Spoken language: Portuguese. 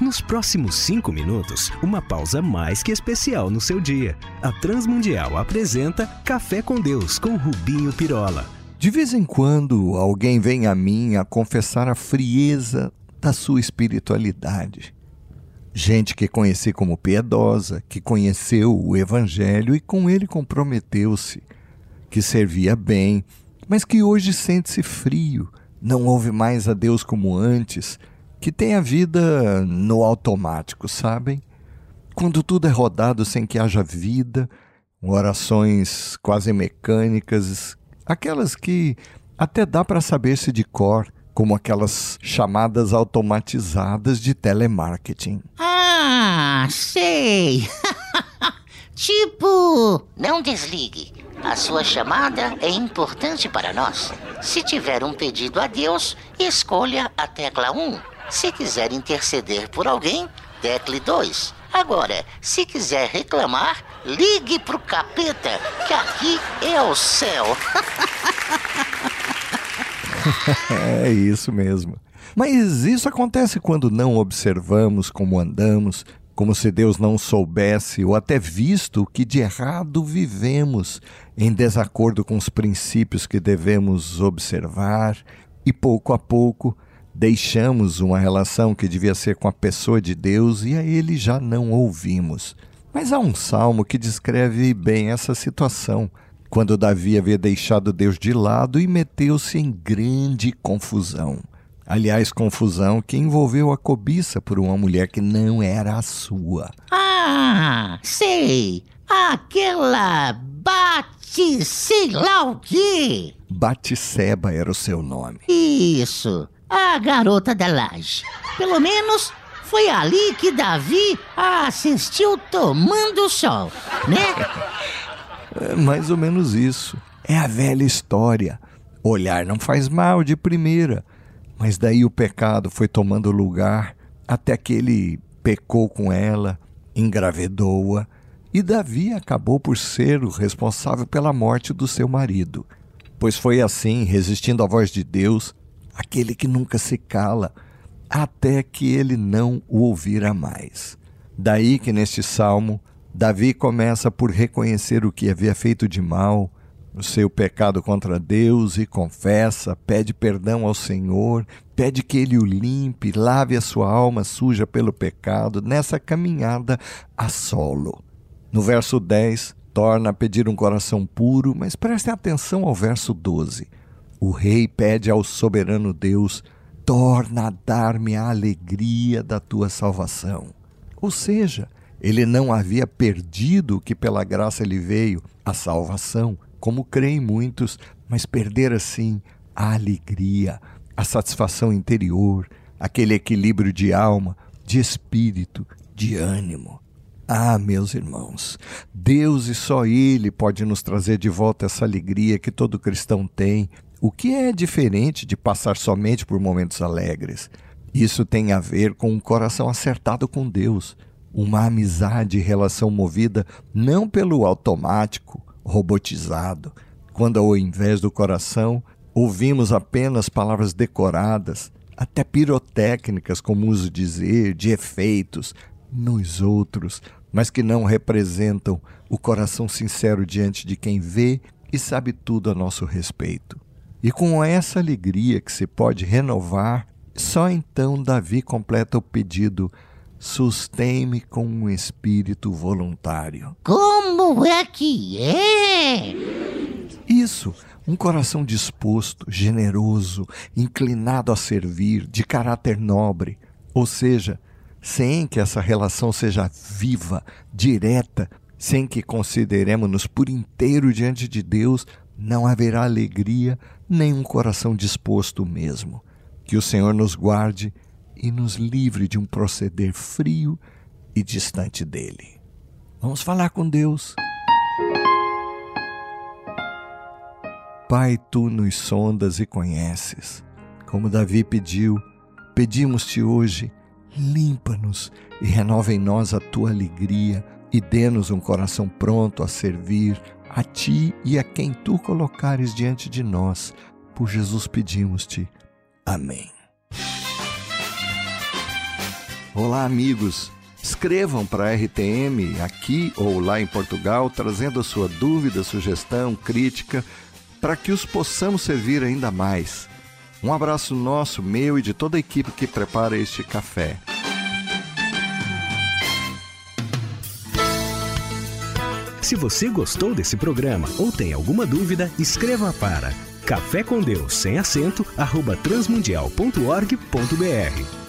Nos próximos 5 minutos, uma pausa mais que especial no seu dia. A Transmundial apresenta Café com Deus com Rubinho Pirola. De vez em quando, alguém vem a mim a confessar a frieza da sua espiritualidade. Gente que conheci como piedosa, que conheceu o Evangelho e com ele comprometeu-se, que servia bem, mas que hoje sente-se frio, não ouve mais a Deus como antes, que tem a vida no automático, sabem? Quando tudo é rodado sem que haja vida, orações quase mecânicas, aquelas que até dá para saber-se de cor, como aquelas chamadas automatizadas de telemarketing. Ah, sei! Tipo, não desligue. A sua chamada é importante para nós. Se tiver um pedido a Deus, escolha a tecla 1. Se quiser interceder por alguém, tecle 2. Agora, se quiser reclamar, ligue pro capeta, que aqui é o céu. É isso mesmo. Mas isso acontece quando não observamos como andamos, como se Deus não soubesse ou até visto o que de errado vivemos, em desacordo com os princípios que devemos observar, e pouco a pouco deixamos uma relação que devia ser com a pessoa de Deus e a Ele já não ouvimos. Mas há um salmo que descreve bem essa situação, quando Davi havia deixado Deus de lado e meteu-se em grande confusão. Aliás, confusão que envolveu a cobiça por uma mulher que não era a sua. Ah, sei! Aquela sei lá o quê? Batseba era o seu nome. Isso, a garota da laje. Pelo menos foi ali que Davi assistiu tomando sol, né? É mais ou menos isso. É a velha história. Olhar não faz mal de primeira, mas daí o pecado foi tomando lugar até que ele pecou com ela, engravidou-a, e Davi acabou por ser o responsável pela morte do seu marido. Pois foi assim, resistindo à voz de Deus, aquele que nunca se cala, até que ele não o ouvira mais. Daí que neste salmo, Davi começa por reconhecer o que havia feito de mal, o seu pecado contra Deus, e confessa, pede perdão ao Senhor, pede que Ele o limpe, lave a sua alma suja pelo pecado, nessa caminhada a solo. No verso 10, torna a pedir um coração puro, mas prestem atenção ao verso 12. O rei pede ao soberano Deus, torna a dar-me a alegria da tua salvação. Ou seja, ele não havia perdido o que pela graça lhe veio, a salvação, como creem muitos, mas perder assim a alegria, a satisfação interior, aquele equilíbrio de alma, de espírito, de ânimo. Ah, meus irmãos, Deus e só Ele pode nos trazer de volta essa alegria que todo cristão tem, o que é diferente de passar somente por momentos alegres. Isso tem a ver com um coração acertado com Deus, uma amizade e relação movida não pelo automático, robotizado, quando ao invés do coração ouvimos apenas palavras decoradas, até pirotécnicas, como uso dizer, de efeitos, nos outros, mas que não representam o coração sincero diante de quem vê e sabe tudo a nosso respeito. E com essa alegria que se pode renovar, só então Davi completa o pedido: sustém-me com um espírito voluntário. Como é que é? Isso, um coração disposto, generoso, inclinado a servir, de caráter nobre, ou seja, sem que essa relação seja viva, direta, sem que consideremos-nos por inteiro diante de Deus, não haverá alegria, nem um coração disposto mesmo. Que o Senhor nos guarde e nos livre de um proceder frio e distante dele. Vamos falar com Deus. Pai, Tu nos sondas e conheces. Como Davi pediu, pedimos-Te hoje, limpa-nos e renova em nós a Tua alegria e dê-nos um coração pronto a servir a Ti e a quem Tu colocares diante de nós. Por Jesus pedimos-Te. Amém. Olá, amigos. Escrevam para a RTM aqui ou lá em Portugal, trazendo a sua dúvida, sugestão, crítica, para que os possamos servir ainda mais. Um abraço nosso, meu e de toda a equipe que prepara este café. Se você gostou desse programa ou tem alguma dúvida, escreva para cafécomdeus, sem acento, @transmundial.org.br.